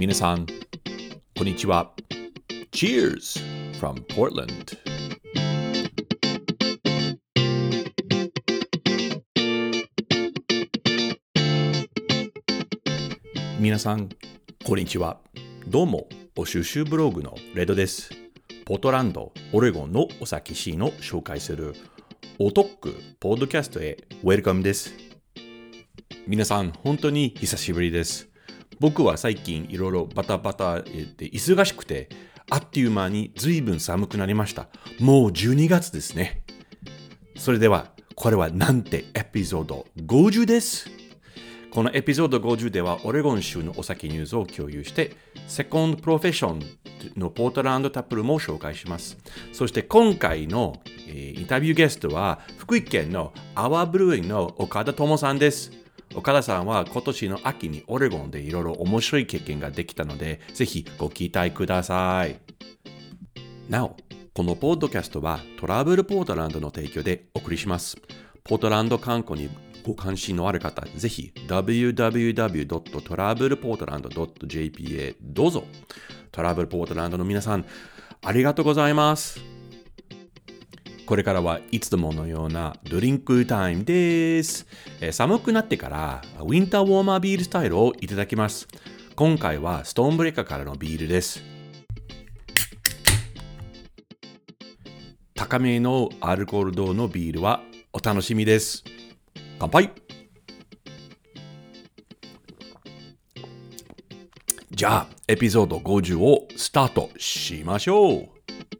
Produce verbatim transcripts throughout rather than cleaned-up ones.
皆さん、こんにちは。Cheers from Portland. 皆さん、こんにちは。どうも、お収集ブログのレドです。ポートランド、オレゴンのお酒シーンを紹介するおトックポッドキャストへウェルカムです。皆さん、本当に久しぶりです。僕は最近いろいろバタバタで忙しくて、あっという間に随分寒くなりました。もうじゅうにがつですね。それでは、これはなんてエピソードごじゅうです。このエピソードごじゅうでは、オレゴン州のお酒ニュースを共有して、セコンドプロフェッションのポートランドタップルも紹介します。そして今回の、えー、インタビューゲストは、福井県のアワーブルーインの岡田智さんです。岡田さんは今年の秋にオレゴンでいろいろ面白い経験ができたので、ぜひご期待ください。なお、このポッドキャストはトラブルポートランドの提供でお送りします。ポートランド観光にご関心のある方、ぜひ ダブリューダブリューダブリュードットトラブルポートランドドットジェーピー へどうぞ。トラブルポートランドの皆さん、ありがとうございます。これからはいつものようなドリンクタイムです。えー、寒くなってからウィンターウォーマービールスタイルをいただきます。今回はストーンブレーカーからのビールです。高めのアルコール度のビールはお楽しみです。乾杯。じゃあエピソードごじゅうをスタートしましょう。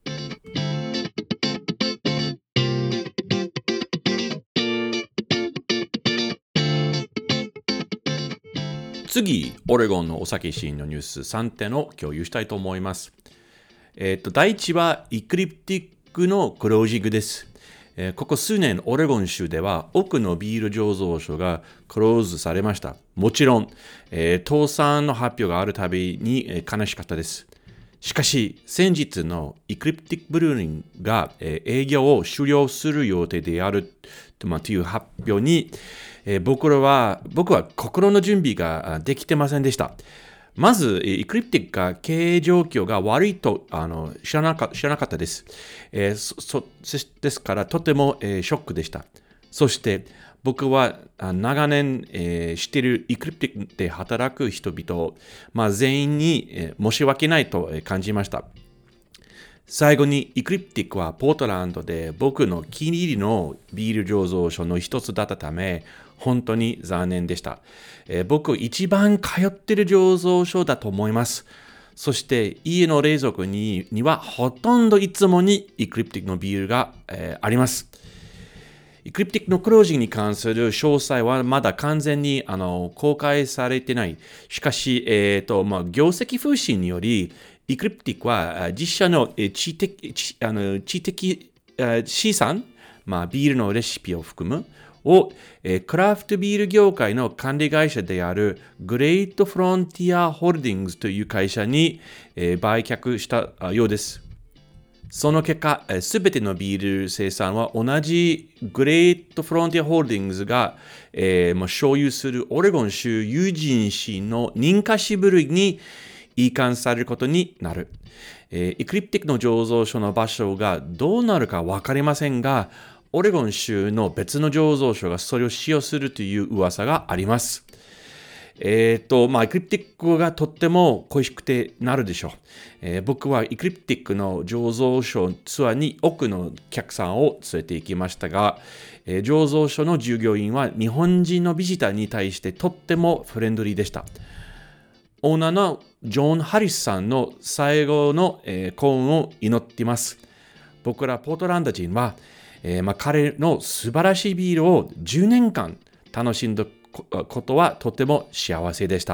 次、オレゴンのお酒シーンのニュースさんてんを共有したいと思います。えっと、第一は、イクリプティックのクロージングです。えー、ここ数年、オレゴン州では多くのビール醸造所がクローズされました。もちろん、えー、倒産の発表があるたびに、えー、悲しかったです。しかし、先日のイクリプティックブルーリングが、えー、営業を終了する予定であると、まあ、という発表に、えー、僕らは、僕は心の準備ができてませんでした。まず、イクリプティックが経営状況が悪いとあの知らなか、知らなかったです。えー、そそですから、とても、えー、ショックでした。そして、僕は長年、えー、知っているイクリプティックで働く人々、まあ、全員に、えー、申し訳ないと感じました。最後に、イクリプティックはポートランドで僕の気に入りのビール醸造所の一つだったため、本当に残念でした。えー、僕一番通っている醸造所だと思います。そして家の冷蔵庫 に, にはほとんどいつもにイクリプティックのビールが、えー、あります。イクリプティックのクロージングに関する詳細はまだ完全にあの公開されていない。しかし、えーとまあ、業績不振により、イクリプティックは実社の知的、あの知的資産、まあ、ビールのレシピを含むを、えー、クラフトビール業界の管理会社であるグレートフロンティアホールディングスという会社に、えー、売却したようです。その結果、すべてのビール生産は同じグレートフロンティアホールディングスが、えー、所有するオレゴン州ユージン市の認可支部類に移管されることになる。えー、イクリプティックの醸造所の場所がどうなるかわかりませんが、オレゴン州の別の醸造所がそれを使用するという噂があります。えっと、まあ、イクリプティックがとっても恋しくてなるでしょう。えー、僕はイクリプティックの醸造所ツアーに多くのお客さんを連れて行きましたが、えー、醸造所の従業員は日本人のビジターに対してとってもフレンドリーでした。オーナーのジョン・ハリスさんの最後の、えー、幸運を祈っています。僕らポートランド人は、えーまあ、彼の素晴らしいビールをじゅうねんかん楽しんだことはとても幸せでした。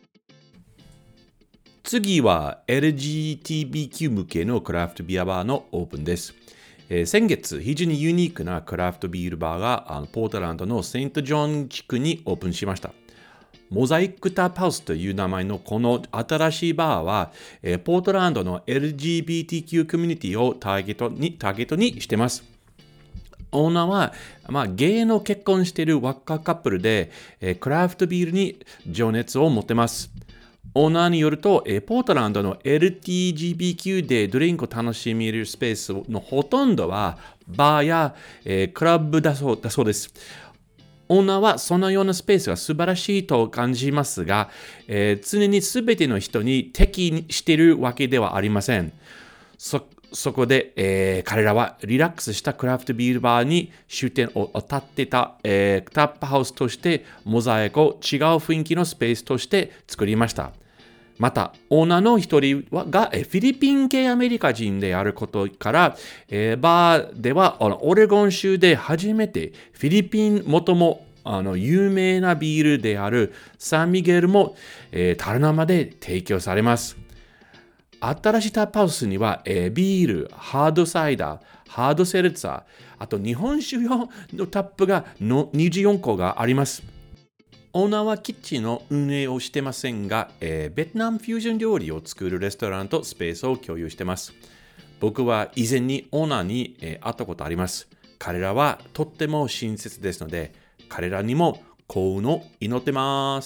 次は エルジーティービーキュー 向けのクラフトビアバーのオープンです。えー、先月、非常にユニークなクラフトビールバーがあのポートランドのセントジョン地区にオープンしました。モザイクタパウスという名前のこの新しいバーは、えー、ポートランドの エルジービーティーキュー コミュニティをターゲットに、ターゲットにしています。オーナーは、まあ、ゲイの結婚している若カップルで、えー、クラフトビールに情熱を持っています。 オーナーによると、えー、ポートランドの エルティージービーキュー でドリンクを楽しめるスペースのほとんどはバーや、えー、クラブだそう、だそうです。オーナーはそのようなスペースが素晴らしいと感じますが、えー、常に全ての人に適しているわけではありません。そそこで、えー、彼らはリラックスしたクラフトビールバーに終点を立ってた、えー、タップハウスとしてモザイクを違う雰囲気のスペースとして作りました。また、オーナーの一人がフィリピン系アメリカ人であることから、えー、バーではオレゴン州で初めてフィリピン元もあの有名なビールであるサンミゲルも、えー、タルナマで提供されます。新しいタップハウスには、えー、ビール、ハードサイダー、ハードセルツァー、あと日本酒用のタップがのにじゅうよんこがあります。オーナーはキッチンの運営をしてませんが、えー、ベトナムフュージョン料理を作るレストランとスペースを共有してます。僕は以前にオーナーに、えー、会ったことあります。彼らはとっても親切ですので、彼らにも幸運を祈ってます。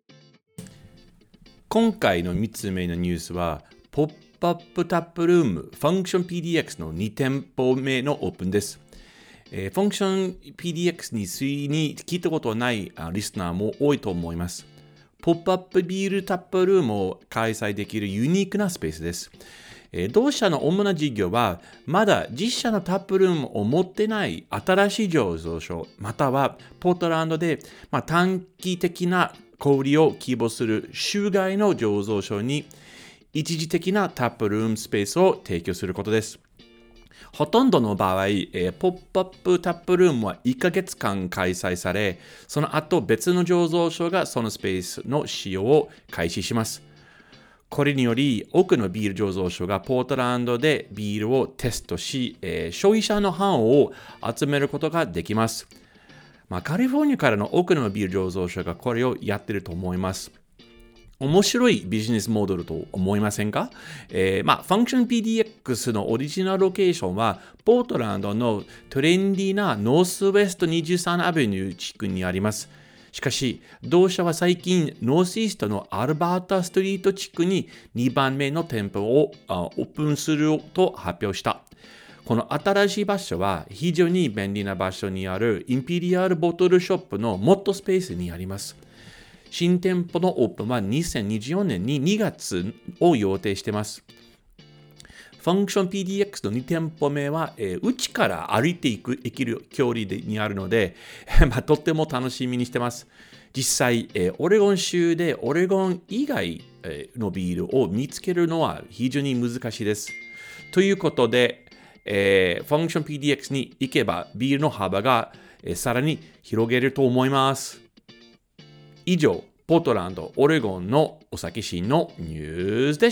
今回のみっつめのニュースは、ポップアップタップルームファンクション ピーディーエックス のに店舗目のオープンです。えー、ファンクション ピーディーエックス についに聞いたことないリスナーも多いと思います。ポップアップビールタップルームを開催できるユニークなスペースです。えー、同社の主な事業は、まだ実社のタップルームを持ってない新しい醸造所、またはポートランドで、まあ、短期的な小売りを希望する州外の醸造所に一時的なタップルームスペースを提供することです。ほとんどの場合、えー、ポップアップタップルームはいっかげつかん開催され、その後別の醸造所がそのスペースの使用を開始します。これにより多くのビール醸造所がポートランドでビールをテストし、えー、消費者の反応を集めることができます。まあ、カリフォルニアからの多くのビール醸造所がこれをやっていると思います。面白いビジネスモデルと思いませんか？えー、まあ、ファンクション ピーディーエックス のオリジナルロケーションは、ポートランドのトレンディーなノースウェストにじゅうさんアベニュー地区にあります。しかし、同社は最近、ノースイーストのアルバータストリート地区ににばんめの店舗をオープンすると発表した。この新しい場所は非常に便利な場所にあるインペリアルボトルショップのモットスペースにあります。新店舗のオープンはにせんにじゅうよねんににがつを予定しています。ファンクション ピーディーエックス のに店舗目は、えー、うちから歩いていくできる距離でにあるので、まあ、とっても楽しみにしてます。実際、えー、オレゴン州でオレゴン以外のビールを見つけるのは非常に難しいです。ということで、えー、ファンクション ピーディーエックス に行けばビールの幅が、えー、さらに広げると思います。以上、ポートランド、オレゴンのお酒シーンのニュースでした。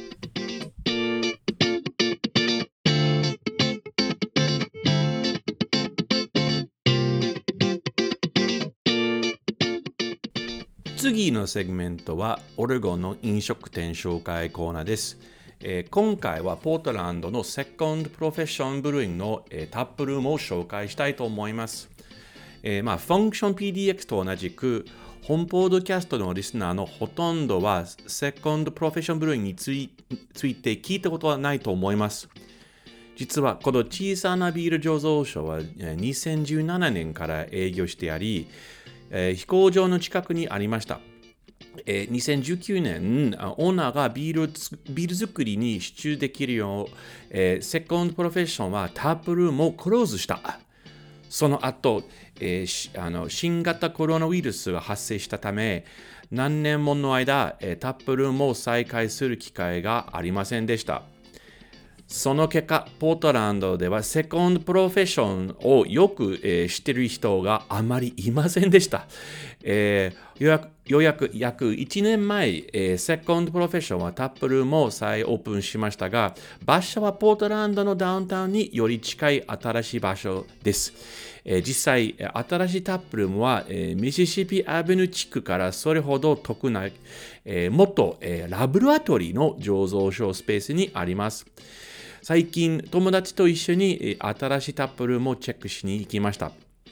次のセグメントはオレゴンの飲食店紹介コーナーです。えー、今回はポートランドのセコンドプロフェッションブルーイングの、えー、タップルームを紹介したいと思います。えーまあ、ファンクション ピーディーエックス と同じく本ポードキャストのリスナーのほとんどはセコンドプロフェッションブルーイングについ、ついて聞いたことはないと思います。実はこの小さなビール醸造所はにせんじゅうななねんから営業してあり、えー、飛行場の近くにありました。えー、にせんじゅうきゅうねん、オーナーがビール、ビール作りに集中できるよう、えー、セコンドプロフェッションはタップルームをクローズした。その後、えー、あの新型コロナウイルスが発生したため、何年もの間、えー、タップルームを再開する機会がありませんでした。その結果、ポートランドではセコンドプロフェッションをよく、えー、知っている人があまりいませんでした。えー、ようやく、ようやく約いちねんまえ、えー、セコンドプロフェッションはタップルームを再オープンしましたが、場所はポートランドのダウンタウンにより近い新しい場所です。えー、実際、新しいタップルームは、えー、ミシシピアベニュー地区からそれほど遠くない、えー、元、えー、ラボラトリーの醸造所スペースにあります。最近、友達と一緒に新しいタップルームをチェックしに行きました。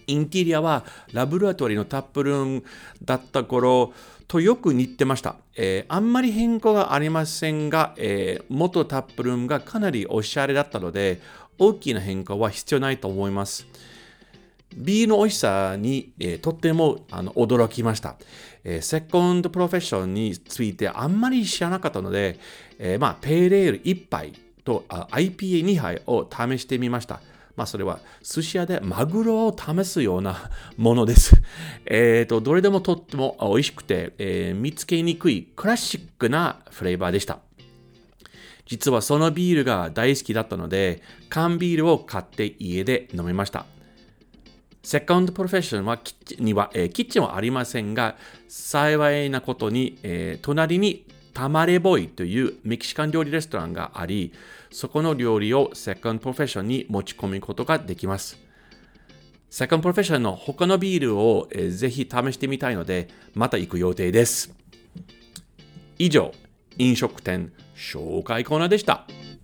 インテリアはラボラトリーのタップルームだった頃とよく似てました。えー、あんまり変更がありませんが、えー、元タップルームがかなりおしゃれだったので、大きな変化は必要ないと思います。ビールの美味しさに、えー、とってもあの驚きました、えー。セコンドプロフェッションについてあんまり知らなかったので、えーまあ、ペーレールいっぱいと アイピーエーに 杯を試してみました。まあ、それは寿司屋でマグロを試すようなものです。えーと、どれでもとっても美味しくて、えー、見つけにくいクラシックなフレーバーでした。実はそのビールが大好きだったので、缶ビールを買って家で飲みました。セカンドプロフェッションはキッチンには、えー、キッチンはありませんが、幸いなことに、えー、隣にタマレボイというメキシカン料理レストランがあり、そこの料理をセカンドプロフェッションに持ち込むことができます。セカンドプロフェッションの他のビールを、えー、ぜひ試してみたいので、また行く予定です。以上、飲食店紹介コーナーでした。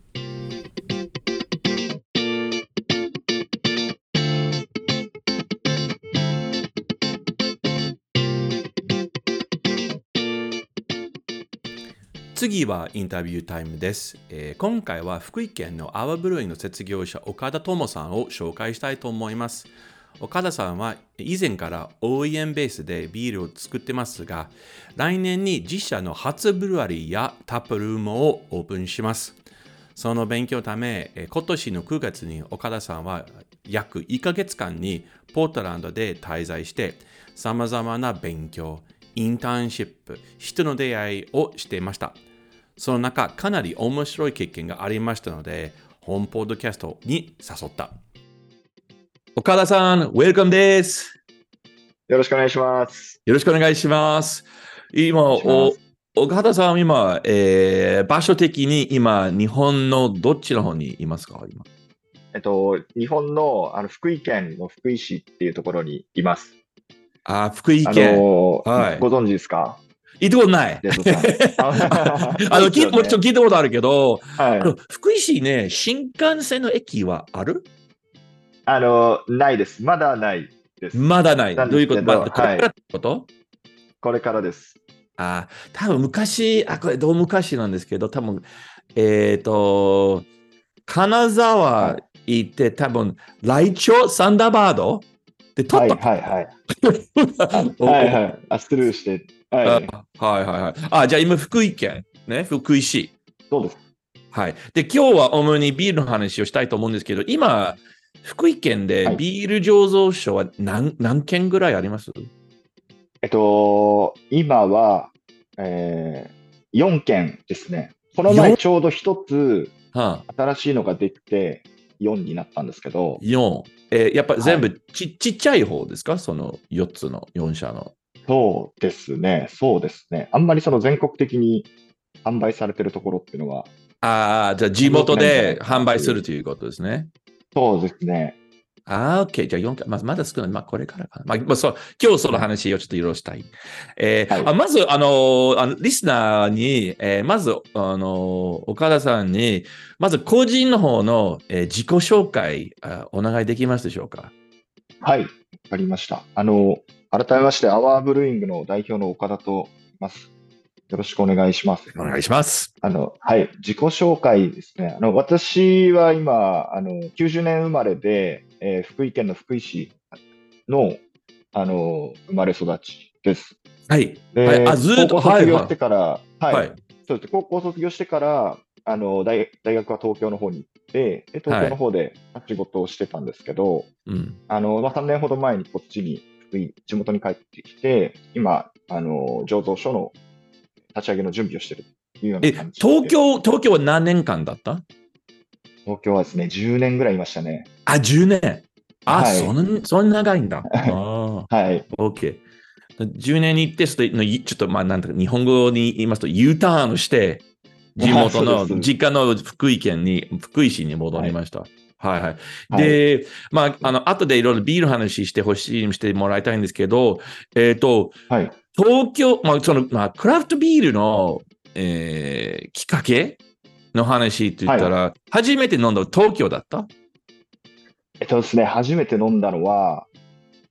次はインタビュータイムです、えー、今回は福井県のアワブルーイングの設業者岡田智さんを紹介したいと思います。岡田さんは以前から オーイーエム ベースでビールを作ってますが、来年に自社の初ブルワリーやタップルームをオープンします。その勉強のため、今年のくがつに岡田さんは約いっかげつかんにポートランドで滞在して、様々な勉強、インターンシップ、人の出会いをしていました。その中、かなり面白い経験がありましたので、本ポッドキャストに誘った。岡田さん、ウェルカムです。 よろしくお願いします。 よろしくお願いします。今、お岡田さん、今、えー、場所的に今、日本のどっちの方にいますか？今えっと、日本の、あの福井県の福井市っていうところにいます。 あ、福井あ県。 のーはい。 ご存知ですか？ 行ったことない。 デトさん。ああの、 そうですよね。 もちろん聞いたことあるけど、 はい。 あの福井市ね、新幹線の駅はある？ あのーないです。まだないです。 まだない。 なんどういうこと？まですけど、 あ、これからっはい。 てこと？ これからです。 あ、多分昔、あ、これどう昔なんですけど、多分、えっと、金沢はい。 行って、多分、ライチョウ、サンダーバードで撮はい、 った。 はい、はい。あ、 おはい、 おはい。あ、スルーして。はあ、 い。 はいはいはい。あ、じゃあ今、福井県、ね、福井市。 そうです。 はい。で、今日は主にビールの話をしたいと思うんですけど、今、福井県ではい。 ビール醸造所は何、何軒ぐらいあります？ えっと、今は、えー、よんけんですね。この前よん? ちょうど一つはあ、 新しいのができてよんになったんですけど、 よん。えーやっぱはい。 全部ちちっちゃい方ですか？そのよっつのよん社の。 そうですね。そうですね。あんまりその全国的に販売されてるところっていうのはああ、じゃあ地数多く元ないんじゃないで販売かなという。 するということですね。 そうですね。 ああ、OK。じゃあよんかい。まあ、まだ少ない。まあ、これからかな。まあ、まあ、そう、今日そのはい。 話をちょっとよろしたい。えーあはい。 まず、あのあの、リスナーに、えーまず、あの岡田さんに、まず個人の方の、えー自己紹介あ、お願いできますでしょうか？ はい。わかりました。あの、改めまして、アワーブルーイングの代表の岡田と言います。よろしくお願いします。 お願いします。 あの、はい。自己紹介ですね。あの、私は今、あの、きゅうじゅうねん生まれで、えー福井県の福井市の、あの、生まれ育ちです。 はい。はい。あ、 で、高ずーっと、はい、 校卒業しはてから、はい。はい。 い。 そうですね。高校卒業してから、あの、大、大学は東京の方に行って、で、東はい。 京の方で仕事をしてたんですけど、 うん。 あの、まあ、さんねんほど前にこっちに、福井、地元に帰ってきて、今、あの、醸造所の立ち上げの準備をしているというようなえ、 感じです。 東京、東京は何年間だった？ 東京はですね、じゅうねんぐらいいましたね。 あ、じゅうねん。あ、 はい。 そん、そんな長いんだ。ああ、 はい。 OK。じゅうねんに行って、ちょっと、まあ、なんとか、日本語に言いますと、U ターンして、地あ、 元そうです、そうです。 の実家の福井県に、福井市に戻はい。 りました。はいはい。 はい。 で、まあ、あの、後でいろいろビールの話してほしい、してもらいたいんですけど、えっと、 はい。 東京、まあ、その、まあ、クラフトビールの、えーきっかけの話って言っはい。 たら、初めて飲んだの東京だった？ えっとですね、初めて飲んだのは、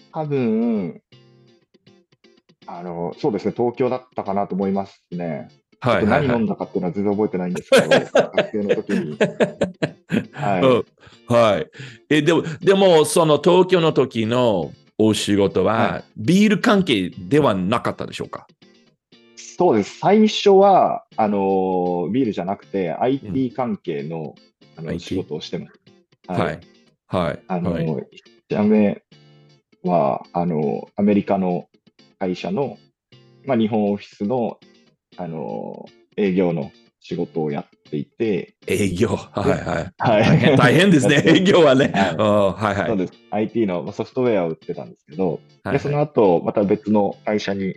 多分、あの、そうですね、東京だったかなと思いますね。ちょっとはいはいはい。 何飲んだかっていうのは全然覚えてないんですけど、学生の時に。はうん、 い。 はい。え、でも、でも、その東京の時のお仕事はい。 は、ビール関係ではなかったでしょうか？ そうです。最初は、あの、ビールじゃなくて、 うん。 アイティー 関係の、あの、仕アイティー？ 事をしてます。はい。 はい。はい。はい。 あの、一社目は、あの、アメリカの会社の、まあ、日本オフィスの、あの、営業の仕事をやっていて、 営業。はで、 いはい。 は大変、大変でい。 すね。 やって、 営業はね。 はい。 うん、はいはい。 そうです。アイティー のまあソフトウェアを売ってたんですけど、で、そはいはい。 の後、また別の会社に移って、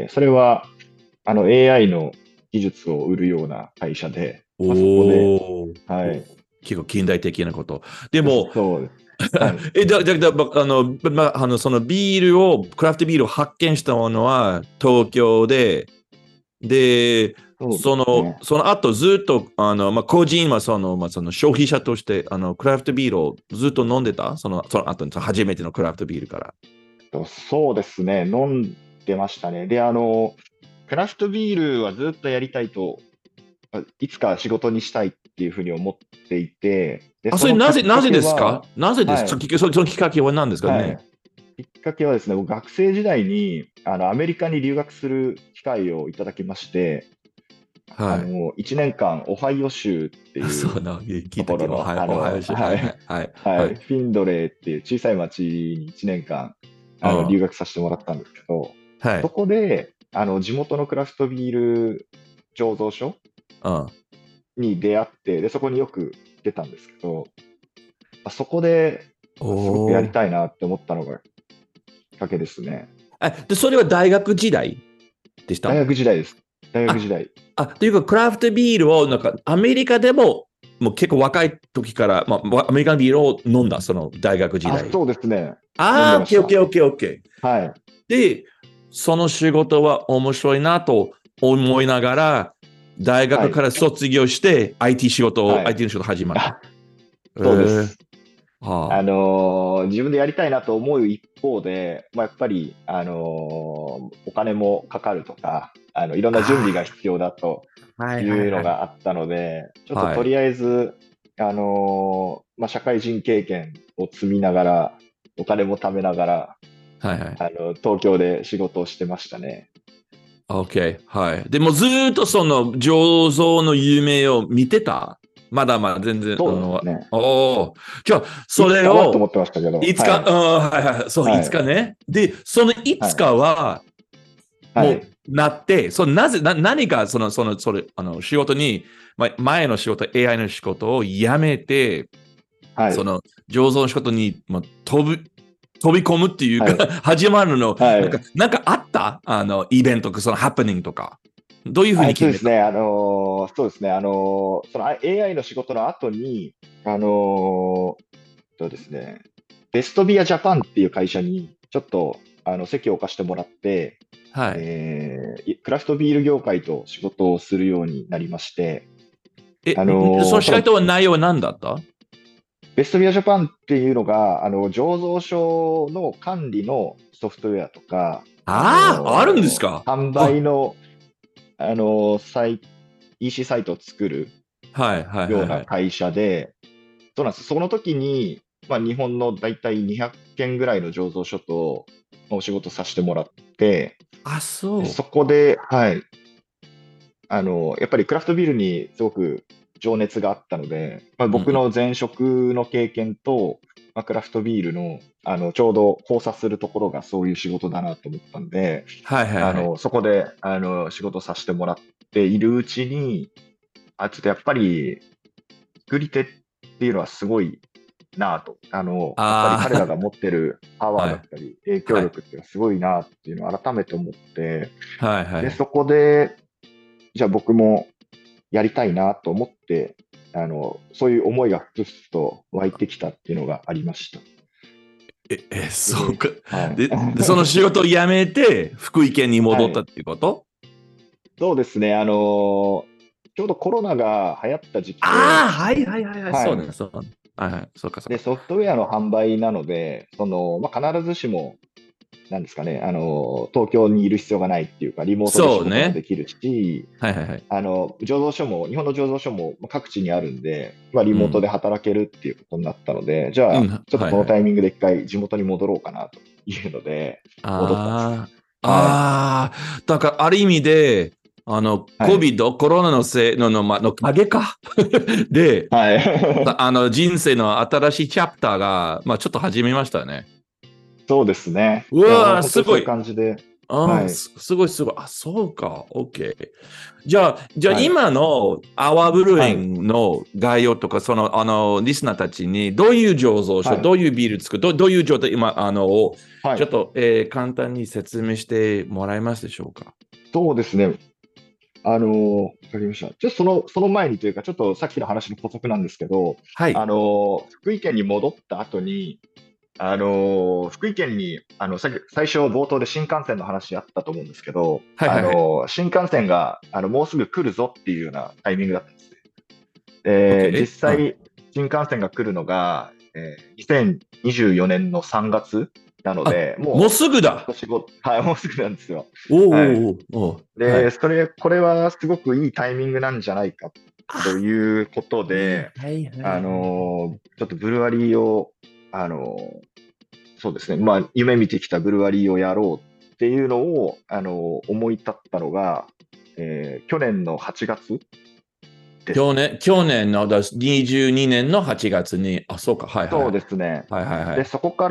それは、あの、エーアイ の技術を売るような会社で、まあ、そこで、 おー。 はい。 結構近代的なこと。でも、 そうです。はい。 え、だ、だ、だ、ばあの、ま、あの、そのビールを、クラフトビールを発見したのは東京で、で、 そうでその、 すね。 その後ずっと、あの、まあ、個人はその、まあ、その消費者として、あの、クラフトビールをずっと飲んでたその、その後に、その初めてのクラフトビールから。 とそうですね。飲んでましたね。で、あの、クラフトビールはずっとやりたいと、あいつか仕事にしたいっていうふうに思っていて、で、 あ、 そのきっそれなぜ、なかぜですか？ けは、 なぜですか？ はい、 きそそのきっかけは何ですかね？ はい。きっかけはですね、僕学生時代に、あの、アメリカに留学する機会をいただきまして、あはい。 の、いちねんかん、オハイオ州ってあ、 いうそうな、聞いた気が、おところの、 はよう、おはようあの、 し、はいはいはい、 はい、 はい、 はい。 フィンドレーっていう小さい町にいちねんかん、あの、 うん、 留学させてもらったんですけど、そはい。 こで、あの、地元のクラフトビール醸造所うん。 に出会って、で、そこによく出たんですけど、あそこでおあすごくやりお。 たいなって思ったのがきっかけですね。 あ、で、それは大学時代でし大た？ 学時代です。大学時あ、 代。 あ、というか、クラフトビールを、なんか、アメリカでも、もう結構若い時から、まあ、わアメリカンビールを飲んだ、その大学時あ、 代。 そうですね。飲んああ、オッケーオッでました。 ケーオッケーオッケー。 はい。 で、その仕事は面白いなと思いながら、大はい。 学から卒業して、アイティー 仕事を、 はい。 アイティー の仕事始まった。 あ、 ええー、 そうです。あはのー自分でやりたいなと思う一方で、まあ、やっぱり、あのーお金もかかるとか、あの、いろんな準備があ。 必要だとああ、はいいうのはいはい。 があったので、ちょっとはい。 とりあえず、あのーまあ、社会人経験を積みながら、お金も貯めながら、 はいはい。 あの、東京で仕事をしてましたね。 OK。はい。でもずーっとその醸造の夢を見てた？まだまだ全然、あそうですの、 ね。 おお。じゃあ、そいつれを、 かはと思ってましたけど、 いつか、 はい。 うん、はいはい、そう、いはい。 つかね。で、そのいつはい。 かは、もう、 はい。 なって、そのなぜ、な、何か、その、その、それ、あの、仕事に、ま、前の仕事、エーアイ の仕事を辞めて、 はい。 その、醸造の仕事に、ま、飛ぶ、飛び込むっていうかはい。 始まるの、なんか、 はい。 なんかあったあの、イベントか、その、ハプニングとか。どういうふうあ、 に決めた？ そうですね。あのーそうですね。あのーその エーアイ の仕事の後に、あのーそうですね。ベストビアジャパンっていう会社に、ちょっと、あの、席を置かしてもらって、 はい。 えーいクラフトビール業界と仕事をするようになりまして、 え、 あんそののーその仕事は内容は何だった？ ベストビアジャパンっていうのが、あの、醸造所の管理のソフトウェアとか、あああ、あるんですのか？ 販あ、 売の、あのサイ、イーシー サイトを作るはいはいよはいはい。 うな会社で、そうなんです。その時に、まあ、日本のだいたいにひゃっけんぐらいの醸造所とまあお仕事させてもらって、 あ、 で、 そそこで、はい、あの、やっぱりクラフトビールにすごく情熱があったので、まあ、 う。うんうん。 僕の前職の経験と、まあ、クラフトビールの、あの、ちょうど交差するところがそういう仕事だなと思ったんで、 はいはいはい。 あの、そこで、あの、仕事させてもらっているうちに、あ、ちょっとやっぱり、作り手っていうのはすごいなぁと。あの、やっぱり彼らあが持ってるパあ、はい。 ワーだったり、影響はい。 力っていうのはすごいなっていうのを改めて思って、で、 はいはい。 そこで、じゃあ僕もやりたいなと思って、あの、そういう思いがふつふつと湧いてきたっていうのがありました。 え、え、そうで、 か。 はい。 で、でその仕事を辞めて、福井県に戻ったっはい。 ていうこと？ そうですね。あのちょうどコロナが流行った時期で、 ああ、はいはいはいはい、 はい。 そうね、そうね。 はいはい。そうかそうで、 か。 ソフトウェアの販売なので、その、まあ、必ずしも、なんですかね、あの、東京にいる必要がないっていうか、リモートで仕事もそうね。 できるし、 はいはいはい。 あの、醸造所も、日本の醸造所もまあ各地にあるんで、まあ、リモートうん。 で働けるっていうことになったので、じゃあ、 うん。 ちょっとはいはい。 このタイミングで一回地元に戻ろうかなというので、戻ったんですね。 ああ、 はい。 ああ、だからある意味で、あの、 はい。 COVID、コロナのせいの、の、ま、の影か。で、 はい。 あの、人生の新しいチャプターが、まあ、ちょっと始めましたね。 そうですね。いや、もううわー、 本当にそういうすごい。 感じで、 ああ、 はい。 す、すごいすごい。あ、そうか。OK。じゃあ、じゃあはい。 今のアワーブルーイはい。 ングの概要とか、その、あの、リスナーたちに、どういう醸造所、 はい。 どういうビール作る、ど、どういう状態、今、あの、をはい。 ちょっと、えー簡単に説明してもらえますでしょうか。 そうですね。あのーわかりました。ちょっとその、その前にというか、ちょっとさっきの話の補足なんですけど、あはい。 のー福井県に戻った後に、あのー福井県に、あの、さっき、最初冒頭で新幹線の話あったと思うんですけど、あはいはいはい。 のー新幹線が、あの、もうすぐ来るぞっていうようなタイミングだったんですね。で、実 OK。うん。 際、新幹線が来るのが、えーにせんにじゅうよねんのさんがつなのあ、 で、 もうもう半すぐだ。 年後、はい、もうすぐなんですよ。 おはい。 ーおーおーおーはで、 い。 それ、これはすごくいいタイミングなんじゃないかとあ、 いうことで、 はいはいはいあはい。 のーちょっとブルワリーを、あのーそうですね、まあ、夢見てきたブルワリーをやろうっていうのを、あのー思い立ったのが、えー去年のはちがつです。 去年、去年の、だにじゅうにねんのはちがつに、あ、そうか。はいはいそうはい。 ですね。 はいはいはで、 い。 そこから、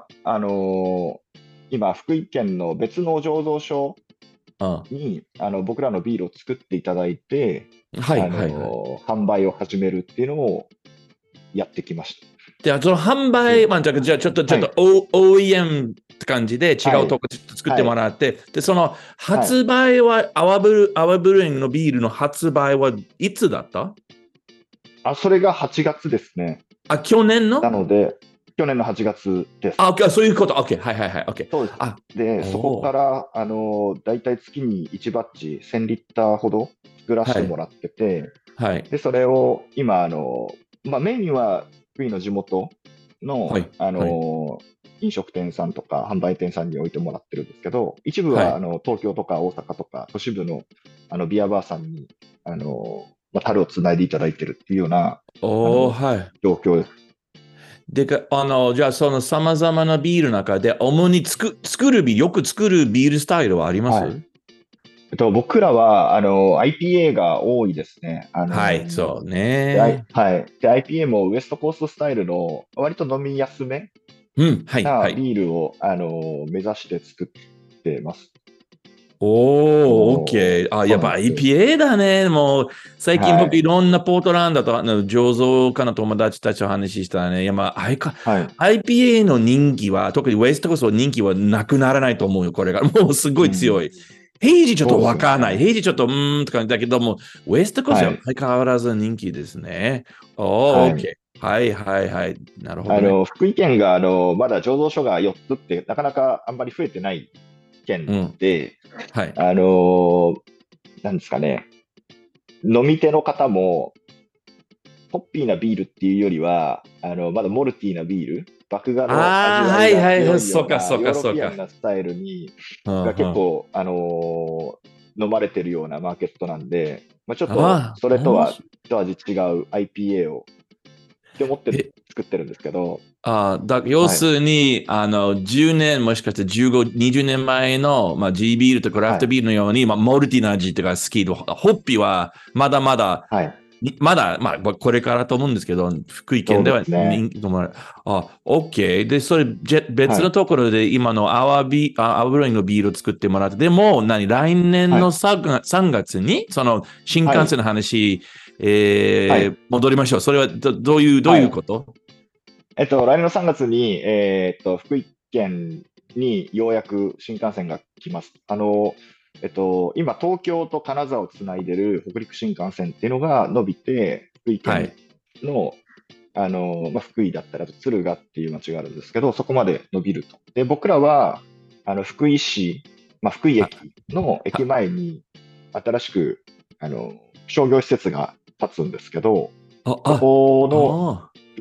あのー今、福井県の別の醸造所うに、あの、僕らのビールを作っていただいて、 ん。はいあはいはい。 のー販売を始めるっていうのをやってきましで、その販た。 売、 で、 まあ、じゃあ、じゃあちょっと、ちょっとはい、 O- オーイーエム って感じで違はい、 うとこ作ってはい、 もらって、で、そのはい。 発売は、アワブル、アワブルーイングのビールの発売はいつだった？ あ、それがはちがつですね。 あ、去年の？ なので、去年のはちがつです。 あ、OK そういうこと。OK。はいはいはい。OK。 そうです。 あ、 で、そこおーから、あのー、だいたい月にいちバッジせんリッターほど作らせはい。 てもらってて、 はい。 で、それを今、あのー、まあ、メインは福井の地元の、 はい。 あはい。 のー、飲食店さんとか販売店さんに置いてもらってるんですけど、一部は、あはい。 の、東京とか大阪とか都市部の、あの、ビアバーさんに、あのー、まあ、樽をつないでいただいてるっていうような、あおー、 の、 はい。 状況です。 でか、あの、じゃあ、その様々なビールの中で、主に作、作るビール、よく作るビールスタイルはあります？ はい。えっと、僕らは、あの、アイピーエー が多いですね。あの、 はい、そうで、I- ね。 はい。で、アイピーエー もウエストコーストスタイルの割と飲みやすめうん、はい、 なはい。 ビールを、あの、目指して作ってます。あおー、 の、 OK。あ、やっぱそうなんですよ。 アイピーエー だね。もう、最近僕いはい。 ろんなポートランドとあの醸造家の友達たちと話したらね、いや、まあ、アイかはい。 アイピーエー の人気は、特にウエストコーストの人気はなくならないと思うよ、これが。もうすごうん。 い強い。平時ちょっとそうですわからない。 よね。 平時ちょっとうーんって感じだけども、ウエストコーストははい。 相変わらず人気ですね。おー、 はい。 OK。はいはいはい。なるほどね。 あの、福井県が、あの、まだ醸造所がよっつってなかなかあんまり増えてない県うん。 で、 はい。 あの、なんですかね。飲み手の方も、ホッピーなビールっていうよりは、あの、まだモルティーなビール、麦芽の味ああ、 わいはいはいはい。 が強いそうかそうようなヨーかそうか。 ロピアンなスタイルに、 うんがうん。 結構、あのー飲まれてるようなマーケットなんで、まあ、ちょっとああ、 それとは面白一味違う アイピーエー をって思ってい。 るえ、 作ってるんですけど、 あーだ、要はい、 するに、あの、じゅうねん、もしかしてじゅうご、にじゅうねんまえの、まあ、G ビールとクラフトはい、 ビールのように、まあ、モルティな味とか好きで、ホッピーはまだまだ、 はい、 にまだ、まあ、これからと思うんですけど、福井そうで県ではすね。 人気ともある。あ、OK。で、それ、じゃ別のはい、 ところで今のアワビ、あアワブロインのビールを作ってもらって、でも、何、来年のはい、 さんがつ、さんがつに、その、新はい、 幹線の話、えーはい、 戻りましょう。それはど、どういう、どうはい。 いうこと？ えっと、来年のさんがつに、えーっと、福井県にようやく新幹線が来ます。あの、えっと、今、東京と金沢をつないでる北陸新幹線っていうのが伸びて、福井県はい。 の、あの、まあ、福井だったら、あと敦賀っていう町があるんですけど、そこまで伸びると。で、僕らは、あの、福井市、まあ、福井は、 駅の駅は、 前に、新しく、あの、商業施設が建つんですけど、 あ、 そあ、 この、 あ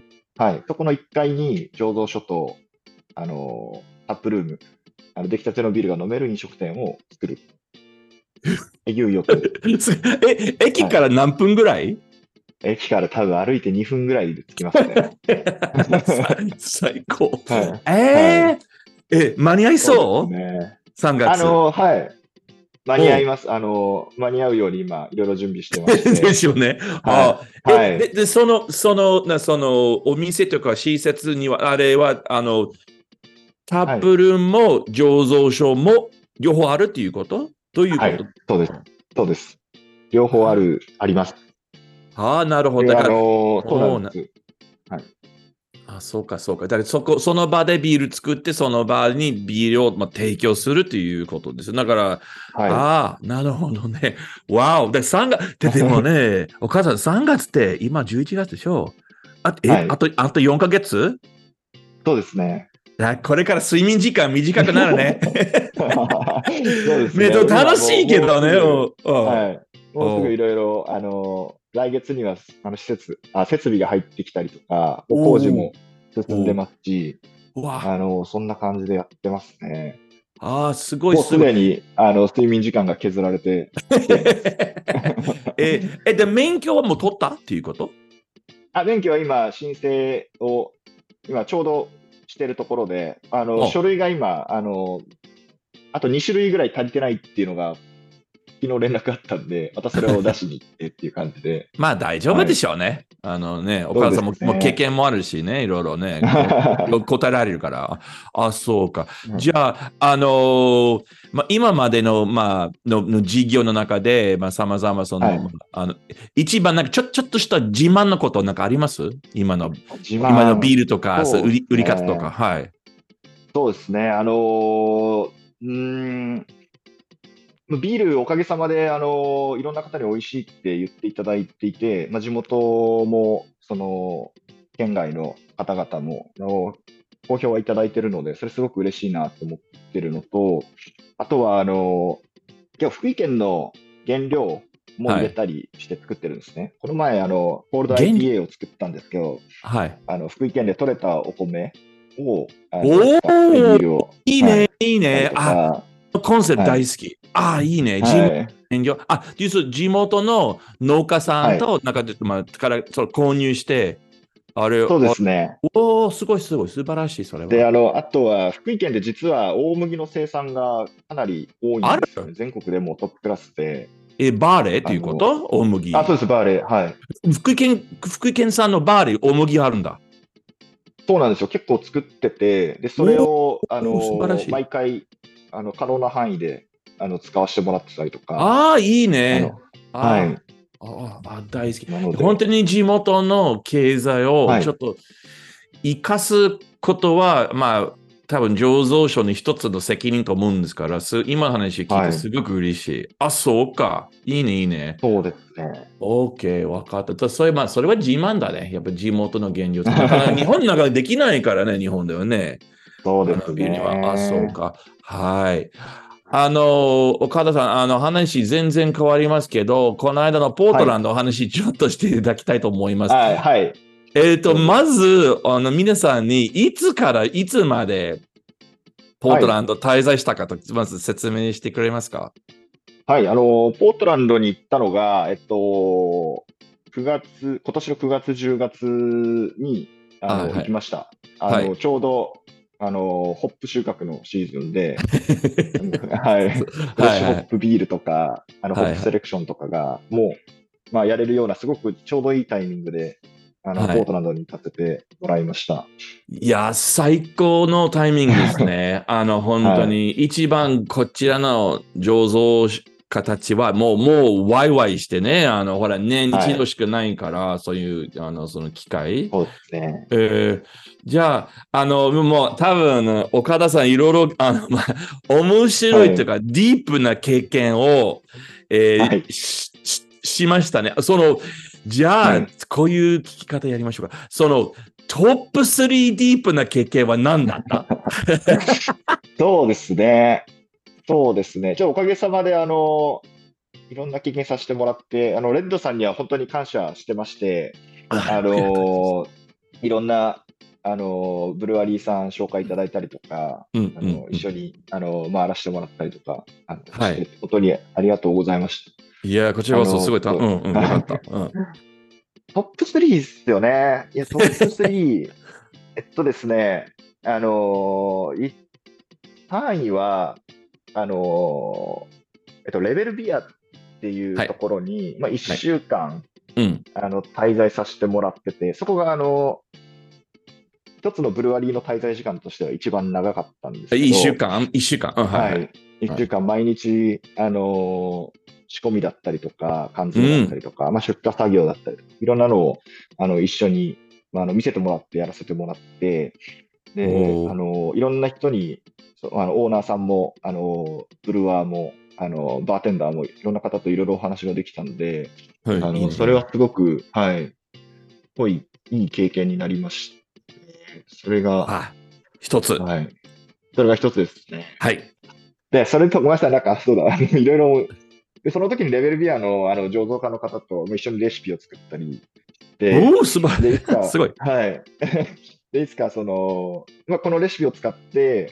はい。そこのいっかいに醸造所と、あのータップルーム、あの出来たてのビールが飲める飲食店を作る。えぎゅうよく。 すえ、駅はい。 から何分ぐらい？ 駅から多分歩いてにふんぐらいで着きますね。 さ最高。 はい。はい。 えー、え、間に合いそうですそう？ ね。 さん 月。 あのーはい。間に合おう。 います。あのー間に合うように今、いろいろ準備してましでて。 すよね。あ、 はい。はえ、で、 い。 で、その、その、な、その、お店とか施設には、あれは、あの、タッはい。 プルームも醸造所も両方あるっていうこと？どういうはい。 こと？ そうです。そうです。両方あある、あります。 あー、なるほど。 で、あだから、 のーそうなおーな、 んです。はい。 あ、そうか、そうか。だから、そこ、その場でビール作って、その場にビールを、まあ、提供するということです。だから、 はい。 ああ、なるほどね。わお。で、さんがつ、で、でもね、お母さん、さんがつって今じゅういちがつでしょ？あ、え、 はい。 あと、あとよんかげつ？ そうですね。 あ、これから睡眠時間短くなるね。 そうですめっとね。今もう、 楽しいけどね。 もうすぐ、 おうはい。もうすぐいおうろいろ、あのー来月には、あの、施設、あ、設備が入ってきたりとか、もう工事おうも進んでおうますし、 うわ、 あのーそんな感じでやってますね。 ああ、すごいもうすすごい。 でに、あの、睡眠時間が削られてきています。 え、え、で、免許はもう取ったっていうこと？ あ、免許は今、申請を、今ちょうどしてるところで、あの、 お書類が今、あの、あとに種類ぐらい足りてないっていうのが、昨日連絡あったんで、またそれを出しに行ってっていう感じで、 まあ大丈夫ではい。 しょうね。あのね、おそうで母さんも、もう経すね。 験もあるしね、いろいろね、こ答えられるから。あ、そうか。じうんゃあ、あのーまあ、今までの、まあ、の、の事業の中で、まあ、様々、その、まはい。 あ、あの、一番なんかちょ、ちょっとした自慢のことなんかあります？今の、 自今の慢、 ビールとか、そう、 そうです売り、売り方とか。 ね。 はい。 そうですね。あのーうーん、ビールおかげさまで、あのーいろんな方に美味しいって言っていただいていて、まあ、地元も、その、県外の方々も、あの好評はいただいているので、それすごく嬉しいなと思ってるのと、あとは、あのー今日福井県の原料も入はい。 れたりして作ってるんですね。この前、あの、コールド原理、 アイピーエー を作ったんですけど、 はい。 あの、福井県で採れたお米を、あの、 お使ってビお、 ールを、 いいね、 はい、 いいね。 たりとあ、 か、 コンセプトはい、 大好き。ああ、いいね。地元はい、 遠慮。あ、実は地元の農家さはい、 んと、なんか、まあ、からそう購入して、あれ、 そうであ、 すね。 おお、すごいすごい、素晴らしい、それで、 は。 あの、あとは、福井県で実は大麦の生産がかなり多いある？ んですよね。全国でもトップクラスで、 え、バーレーっていうこあの、 と？大あ、そう麦。 です、バーレー、はい。 福井県、福井県産のバーレー、大麦あるんだ。 そうなんですよ。結構作ってて、で、それおを、あお、素晴らの、 しい。 毎回、あの、可能な範囲で、あの、使わせてもらってたりとか、 ああ、いいね。 あの、はあい。 あ、ああ、大好き。 なので、 本当に地元の経済をはい、 ちょっと生かすことは、まあ、多分醸造所に一つの責任と思うんですから、す今の話聞いてはい。 すごく嬉しい。あ、そうか。いいね、いいね。 そうですね。 OK、わかった。とそういえば、それは自慢だね。やっぱ地元の現状って。なかなか日本の中でできないからね、日本ではね。あのそうですビルには。あ、そうね。 か。はい。あの、岡田さん、あの話全然変わりますけど、この間のポーはい。 トランドの話ちょっとしていただきたいと思います。 はい、はい。 えっと、 どうぞ。 まず、あの、皆さんにいつからいつまでポーはい。 トランド滞在したかと、まず説明してくれますか？ はい。あの、ポートランドに行ったのが、えっと、くがつ、今年のくがつ、じゅうがつに、あはい、 の、 はい。 行きました。あの、 はい。 ちょうど、あの、ホップ収穫のシーズンで、あのはい。フレッはい、 シュホッはい。 プビールとか、あの、ホッはい、 プセはい。 レクションとかが、もう、まあ、やれるような、すごくちょうどいいタイミングで、あの、 はい。 ポートランドに立ててもらいました。 いや、最高のタイミングですね。あの、本当はい。 に、一番こちらの醸造家たちは、もう、もう、ワイワイしてね、あの、ほら、年に一度はい。 しかないから、そういう、あの、その機会。 そうですね。 えーじゃあ、あの、もう、多分、岡田さん、いろいろ、あの、まあ、面白はい。 いというか、ディープな経験を、えはい。 ーし、ししましたね。その、じゃあ、 はい。 こういう聞き方やりましょうか。その、トップスリーディープな経験は何だった？ そうですね。そうですね。じゃあ、おかげさまで、あの、いろんな経験させてもらって、あの、レッドさんには本当に感謝してまして、 あ、 あよかったです。 の、 いろんな、あの、ブルワリーさん紹介いただいたりとか、 うんあの、 うんうん。 一緒に、あの、回らせてもらったりとか、あの、して、 はい。 本当にありがとうございました。 いや、こちらこそすあの、 ごいた、うとんうん、よかった。うん。 トップスリーですよね。いや、トップスリー、えっとですね、あのー、いさんいは、あのーえっと、レベルビアっていうとはい。 ころに、まあ、1 はい。 週間、 うん。 あの、滞在させてもらってて、そこが、あの、一つのブルワリーの滞在時間としては一番長かったんですけ一週ど、 間一週間。うん、はいはい。 はい。一はい。 週間毎日、あのー仕込みだったりとか、缶詰だったうん。 りとか、まあ、出荷作業だったりとか、いろんなのを、あの、一緒に、まあ、あの、見せてもらってやらせてもらって、で、 おー。 あの、いろんな人に、そうあの、オーナーさんも、あの、ブルワーも、あの、バーテンダーも、いろんな方といろいろお話ができたので、 はい、 あの、 いいね、いいね。 それはすごく、はい、すごいいい経験になりました。それが、 あ、一つ。 はい、それが一つですね。 はい。 で、それと、ごめんなさい、なんか、そうだ、あのいろいろ、で、その時にレベルビアの、あの、醸造家の方と一緒にレシピを作ったりして、 おー、すごい。 で、いつか、 すごい。 はい。で、いつか、その、まあ、このレシピを使って、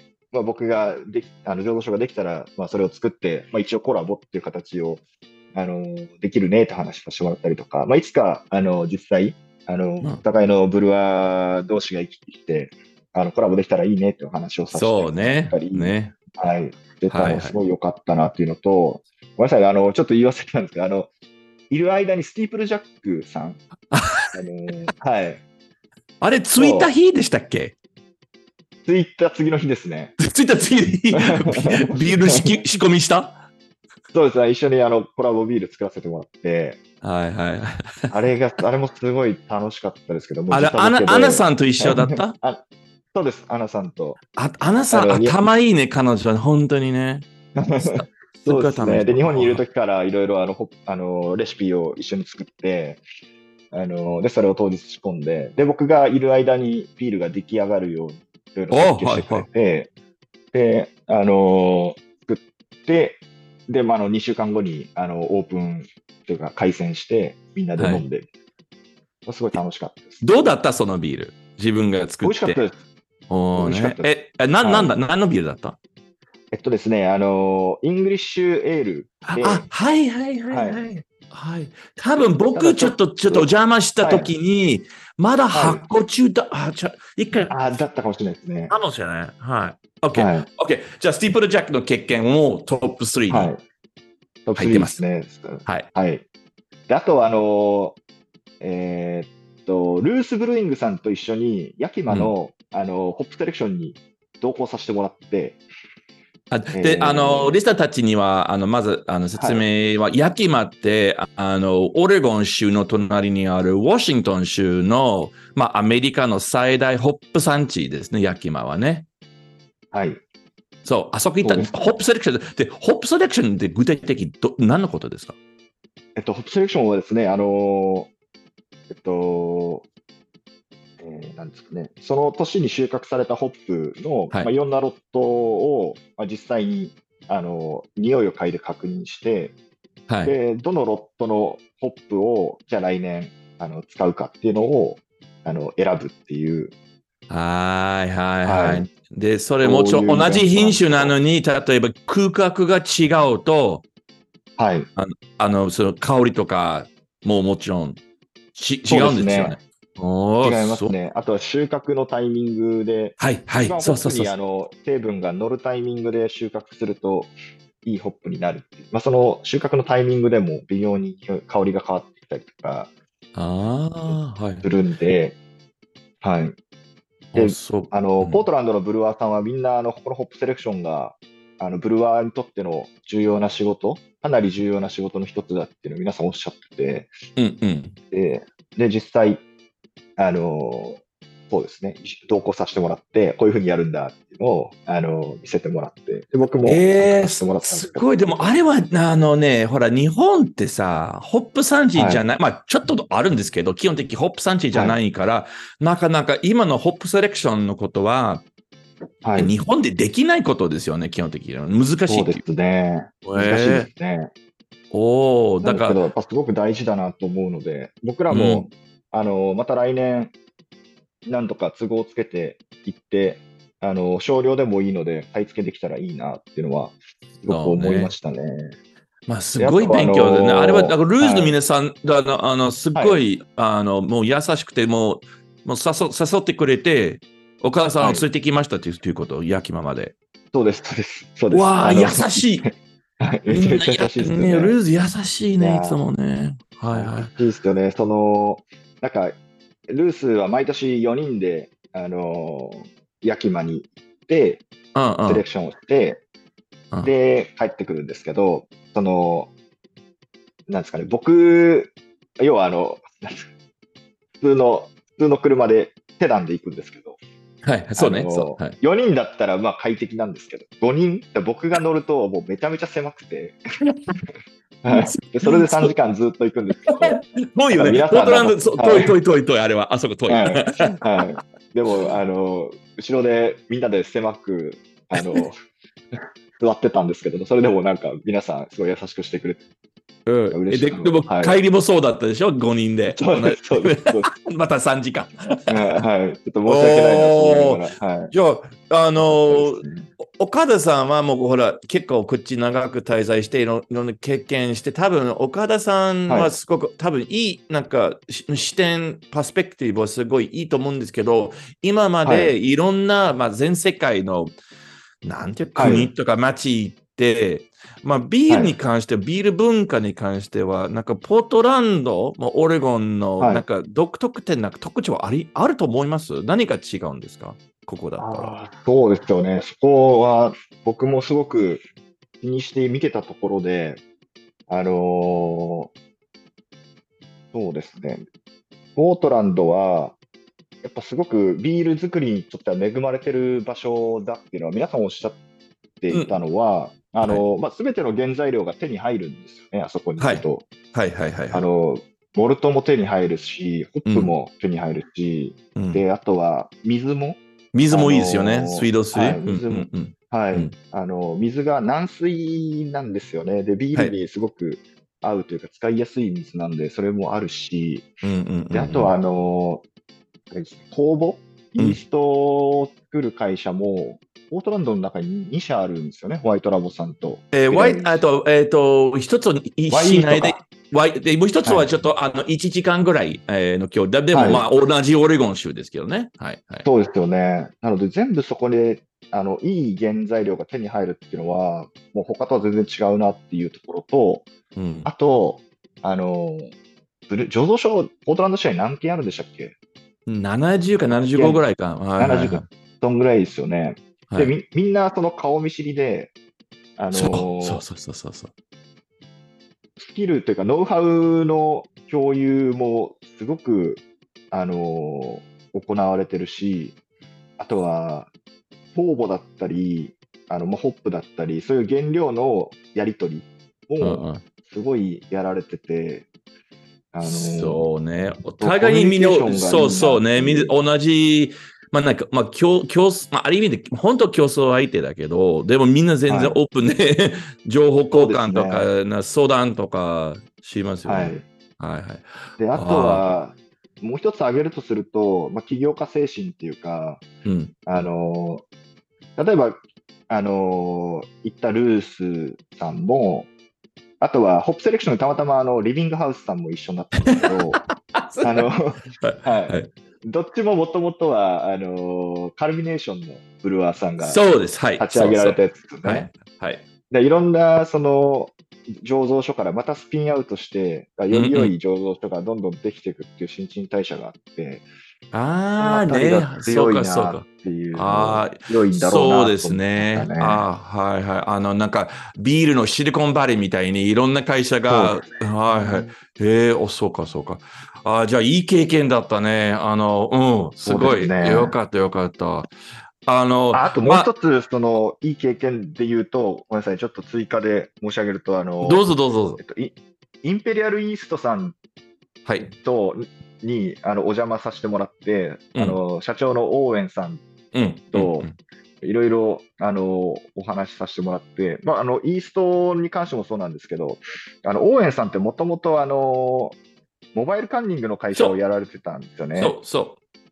まあ、僕ができ、あの、醸造所ができたら、まあ、それを作って、まあ、一応コラボっていう形を、あの、できるねって話させてもらったりとか、まあ、いつか、あの、実際、あの、おうん。 互いのブルワー同士が生きてきて、あの、コラボできたらいいねっていう話をさせてもらっそうね。 たり、 ね。 はい、してたの、 はいはい。 すごい良かったなっていうのと、ごめんなさい、あの、ちょっと言い忘れたんですけど、あの、いる間にスティープルジャックさん、あの、はい、 あれ、着いたと、 日でしたっけ？ ツイッター次の日ですね。 着いた次の日、ビビール仕仕込みした？ そうですね、一緒にあの、コラボビール作らせてもらって、 はいはい。 あれが、あれもすごい楽しかったですけど、もうあれ、 時差ボアナ、アナケで、 さんと一緒だった？ あ、そうです、アナさんと、 あ、アナさん、 あの、に、 頭いいね、彼女は。本当にね。すすっそうですね。で、 ごい楽しそう。 日本にいるあ時からいろいろあの、ほあの、レシピを一緒に作って、あの、で、それを当日仕込んで、で、僕がいる間にビールが出来上がるように、いろいろ設お、 計してくれはいはて、で、あの、作って、で、まあ、あの、にしゅうかんごに、あの、オープンというか、開催して、みんない。はい。 で飲んで、すごい楽しかったです。 どうだったそのビール？自分が作美って。 味しかったです。美おーね。 味しかったです。 え、な、なんだ、 はい。 何のビールだった？ えっとですね、あの、イングリッシュエールあ、あ、 で、 はいはいはいはい。 はい。はい。多分僕、 ただちょっちょっと、ちょっとおと、 邪魔したはい。 時に、まだはい。 発酵中だ。あ、じゃ、一回、 ああ、だったかもしれないですね。 かもしれない。はい。OK。 はい。 OK。じゃあ、スティープルジャックの経験もトップスリーにはい。トップスリー入ってます。 ですね。 はい。 はい。で、あと、あの、えーっと、ルース・ブルーイングさんと一緒に、ヤキうん。 マの、あの、ホップセレクションに同行させてもらって、 あで、あの、リえースタたちには、あの、まず、あの、説はい。 明は、ヤキマって、ああの、オレゴン州の隣にあるウォシントン州の、まあ、アメリカの最大ホップ産地ですね、ヤキマはね。 はい。 そう、あそこ行った、 そうですね。 ホップセレクションで、でホップセレクションって具体的にど何のことですか？ えっと、ホップセレクションはですね、あの、えっと、えーなんですかね、その年に収穫されたホップの、まあ、 はい。 いろんなロットを、まあ、実際に、あの、匂いを嗅いで確認して、 はい。 で、どのロットのホップを、じゃあ来年、あの、使うかっていうのを、あの、選ぶっていう、 はいはいはい、 はい。で、それもそうちろん同いうイベントなじ品種んですよ。 なのに、例えば空間が違うと、 はい、 あの、あのその香りとかももちろんち違そうでうんですよね。 すね。違いおー、そう。 ますね。あとは収穫のタイミングで、 はいはい。 一番ホップそうそうそう。 にあの成分が乗るタイミングで収穫するといいホップになるっていう。まあ、その収穫のタイミングでも微妙に香りが変わってきたりとかああ、はい。 するんで、はい。 あ、 で、 そう。 あの、ポーうん。 トランドのブルワーさんはみんなあの、このホップセレクションが、あの、ブルワーにとっての重要な仕事、かなり重要な仕事の一つだっていうのを皆さんおっしゃってて、 うんうん。 で、で、実際、あの、そうですね、同行させてもらって、こういうふうにやるんだっていうのを、あの、見せてもらって、で、僕も参加ええすさせてもらったんですけど、 すごい。でも、あれは、あのね、ほら、日本ってさ、ホップ産地はい、 じゃない、まあ、ちょっとあるんですけど、基本的にホップ産地じゃはい、 ないから、なかなか今のホップセレクションのことは、 はい、 日本でできないことですよね、基本的に。難しいっていそうですね。 う。 難しいでええすね。 おお、だから、 なんですけど、やっぱすごく大事だなと思うので、僕らも、 うん、 あの、また来年、 なんとか都合をつけていって、あの、少量でもいいので買い付けできたらいいなっていうのは、すごく思いまそうね。 したね。 まあ、すで、あごいとは、あ勉強でね。あれは、だのからルーズのはい、 皆さんが、あの、あのすっはい、 ごい、あの、もう優しくて、もう、もう誘誘ってくれて、お母さんをはい。 連れてきましたというということ、焼きままで。 そうです、そうです、そうです。 わあ、優あの、 しい。 はい、めみんな、 ちゃめちゃ優や、 しいですよね、 ね。 ルーズ優しいね、いついやもね。はいー、優しはい。 いですよね。その、なんか、ルースは毎年よにんで、あのー、ヤキマに行って、 うんうん。 セレクションをして、 うん。 で、帰ってくるんですけど、その、なんですかね、僕、要はあの、なんですか普通の、普通の車でセダンで行くんですけど、 はい、そあうね、そう。 の、 はい。 よにんだったらまあ快適なんですけど、ごにん、僕が乗るともうめちゃめちゃ狭くて、はい。で、それで3 そう、 時間ずっと行くんですけど、だから遠いよね。 皆さんなんか、 ポートランド、そう、遠い遠いはい、 遠い遠い、あれは。あそこ遠い。 はい、はい。でも、あの、後ろでみんなで狭く、あの、座ってたんですけど、それでもなんか皆さんすごい優しくしてくれて、 うん。え、で、 嬉しく、 でもはい。 帰りもそうだったでしょ？ ご 人で。同じそうです、そうです、そうです。 またさんじかん。 はい、はい。ちょっと申し訳ないなと思いなおー、 がら、はい。 じゃあ、あのよかったですーね。 お岡田さんはもうほら、結構こっち長く滞在していろいろんな経験して、多分岡田さんはい、 はすごく多分いい、なんかし視点、パスペクティブはすごいいいと思うんですけど、今まはい、 でいろんな、まあ、全世界のなんていうはい、 国とか町行って、まあ、ビールにはい、 関して、ビール文化に関しては、なんかポートランド、まあオレゴンのはい。 なんか独特点、なんか特徴ありあると思います？何が違うんですか？ここだったら。 ああ、そうですよね。そこは僕もすごく気にして見てたところで、あのーそうですね。ポートランドは、やっぱすごくビール作りにとっては恵まれてる場所だっていうのは皆さんおっしゃっていたうん。 のは、あはい。 の、まあ、全ての原材料が手に入るんですよね、あそこに行はい。 くと。 はいはいはいはい。 あの、モルトも手に入るし、ホップうん。 も手に入るし、 うん。 で、あとは水も、あ水もいいですよね。 の、 水道水。 はい、 うん水も、 うんうん。 はい、 うん。 あの、水が軟水なんですよね。で、ビーはい。 ルにすごく合うというか使いやすい水なんで、それもあるし、 うんうんうで、あとは、 んあの、酵母うん。うん。 イーストを作る会社も、ポートランドの中にに社あるんですよね。ホワイトラボさんとえー、ワイ、 エダイリーさん。 あと、えっ、と、一つにワイイしないで、 ーストか。 ワイ、で、もう一つはい。 はちょっと、あの、いちじかんぐらい、えーの距離だ。でも、 はい。 まあ、同じオレゴン州ですけどね。はい、はい。 そうですよね。なので、全部そこで、あの、いい原材料が手に入るっていうのは、もう他とは全然違うなっていうところと、 うん。 あと、あの、ブル醸造所、ポートランド市内何軒あるんでしたっけ？ ななじゅうかろっななじゅうごぐ軒、 らいか。はいはいななじゅうはい。 軒、そんぐらいですよね。で、 はい。 み、みんなその顔見知りで、あそう、そうのそうそうそうそう。 スキルというか、ノウハウの共有もすごく、あの行われてるし、あとは、酵母だったり、あの、まあ、ホップだったり、そういう原料のやり取りもうんうん。 すごいやられてて、あのそうね。おそうコ互いにみんな、 ミュニケーションがいそういなっそうね。みんなていう。 同じ、まあなんか、まあ競、競争、まあある意味で、本当競争相手だけど、でもみんな全はい。 然オープンで情報交そうです換とね。 か、な相談とかしますよね。 はい。 はいはい。 で、あとああ、 は、もう一つ挙げるとすると、まあ、起業家精神っていうか、 うん。 あの例えば、あの言ったルースさんも、あとは、ホップセレクションでたまたまあの、リビングハウスさんも一緒になったんですけど、あの、はい。 はい。 どっちももともとは、あの、カルミネーションのブルワーさんがそうです。はい。 立ち上そうそう。 げられたやつですはい。 ね。 はい。 で、いろんな、その、醸造所からまたスピンアウトして、より良いうんうん。 醸造所がどんどんできていくっていう新陳代謝があって、そのあああね、 たりがそう強いなっかそうか。 ていうの、 ああ、 強いんだろうそうでなと思いましすね。 たね。 ああ、はいはい。あの、なんか、ビールのシリコンバレーみたいにいろんな会社が、 そうではいすはね。 い。へえ、お、そうかそうか。ああ、じゃあいい経験だったね。あの、うん、すそうでごい。よすね。 かったよかった。あの、 あ、あともう一ま、 つ、その、いい経験で言うと、ごめんなさい、ちょっと追加で申し上げると、あの、 どうぞどうぞどうぞ。 えっと、イインペリアルイーストさんはい。 と、に、あの、お邪魔させてもらって、 うん、 あの、社長のオーエンさんうん、うん、うと、 ん。 いろいろ、あの、お話しさせてもらって、まあ、あの、イーストに関してもそうなんですけど、あの、オーエンさんってもともと、あの、モバイルカンニングの会社をそう、 やられてたんですよね。 そう、そ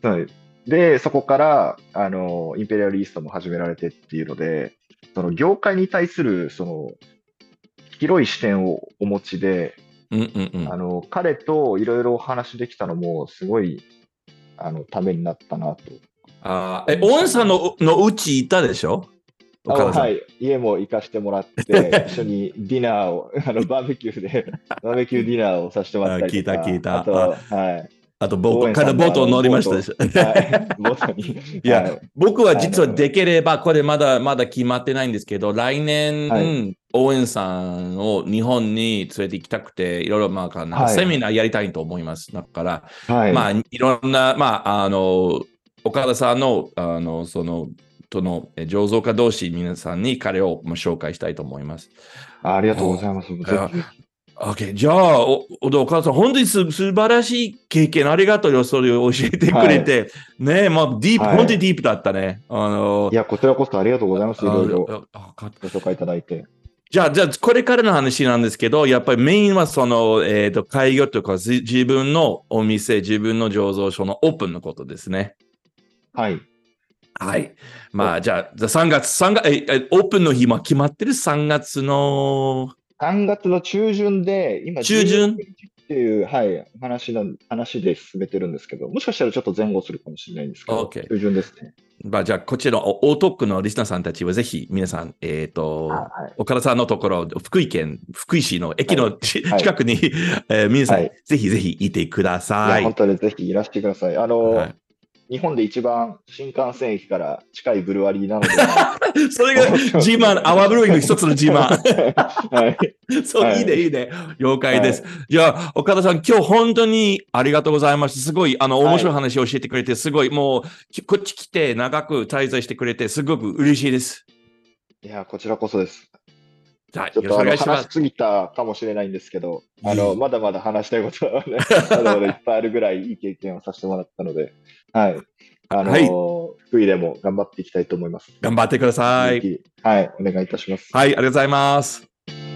はい。で、そこから、あの、インペリアルイーストも始められてっていうので、その業界に対する、その、広い視点をお持ちで、 うんうんうん。 あの、彼といろいろお話できたのも、すごい、あの、ためになったなとあーえ、 思いましたね。 オンさんののうちいたでしょあ、 岡田さん。 はい。家も行かしてもらって、一緒にディナーを、あの、バーベキューで、バーベキューディナーをさせてもらったりあ聞いた聞いとか、あた。あ、 と、はい。 あとボート、 オーエンさんも、あ彼ボートの、 乗りましたでしボート、 ょ。 はい。ボートに、 いや、 はい。 僕は実はあの、 できれば、これまだまだ決まってないんですけど、来はい。 年、オーエンさんを日本に連れて行きたくて、いろいろ、まあ、なんかはい。 セミナーやりたいと思います。だから、 はい。 まあ、いろんな、まあ、あの、岡田さんの、あの、その、との醸造家同士、皆さんに彼をまあ紹介したいと思います。 ありがとうごおざいます。ぜあひぜひ。 OK。じゃあ、お、お岡田さん、本当にす素晴らしい経験ありがとうよ。それを教えてくはい。 れて。ねえ、まあ、ディープ、本当にはい。 ディープだったね。あの、 いや、こちらこそありがとうございます。いろいろああかご紹介いただいて。 じゃあ、じゃあ、これからの話なんですけど、やっぱりメインはその、えっと、開業とか、じ自分のお店、自分の醸造所のオープンのことですね。 はい。 はい。 そうです。 まあ、じゃあ、じゃあさんがつ、さんがつ、え、えオープンの日も決まってる ?さん 月のさんがつの中旬で、今16 中旬。 日っていう、はい、話なん、話で進めてるんですけど、もしかしたらちょっと前後するかもしれないんですけど、 OK。 中旬ですね。 まあ、じゃあ、こちらのオートックのリスナーさんたちはぜひ、皆さん、えっあ、 と、 はい。 岡田さんのところ、福井県、福井市の駅はい。 のちはい。 近くに、えー皆さん、 はい。 ぜひぜひいてくだいや、本さい。 当にぜひいらしてください。あの、 はい。 日本で一番新幹線駅から近いブルワリーなのではないかとそれが思ってます G マン、 ので。 アワーブルーイングの一つの G マン。 はい。 そう、いいね、 はい。 いいね。了解です。 はい。 じゃあ、岡田さん、今日本当にありがとうございました。すごい、あの、面はい。 白い話を教えてくれて、すごい、もう、きこっち来て長く滞在してくれて、すごく嬉しいです。 いや、こちらこそです。 じゃあ、 ちょっとあの、 よろしくお願いします。 話しすぎたかもしれないんですけど、あの、 いえいえ。 まだまだ話したいことはね、まだまだいっぱいあるぐらいいい経験をさせてもらったので、はい。あはい、 の、福井でも頑張っていきたいと思います。 頑張ってください。 引き続き、はい、お願いいたします。 はい、ありがとうございます。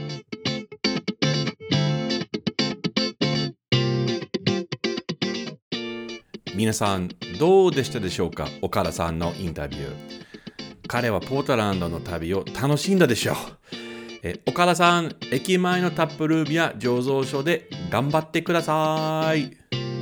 皆さん、どうでしたでしょうか、岡田さんのインタビュー。彼はポートランドの旅を楽しんだでしょう。え岡田さん、駅前のタップルームや醸造所で頑張ってください。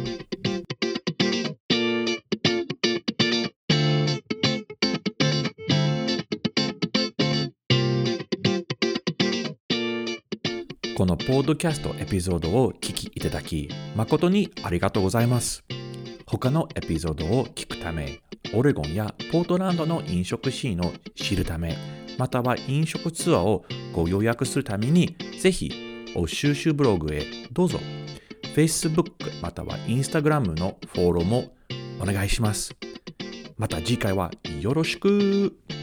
このポッドキャストエピソードを聞きいただき、誠にありがとうございます。他のエピソードを聞くため、オレゴンやポートランドの飲食シーンを知るため、または飲食ツアーをご予約するために、ぜひ、お収集ブログへどうぞ。Facebook または Instagram のフォローもお願いします。また次回はよろしく。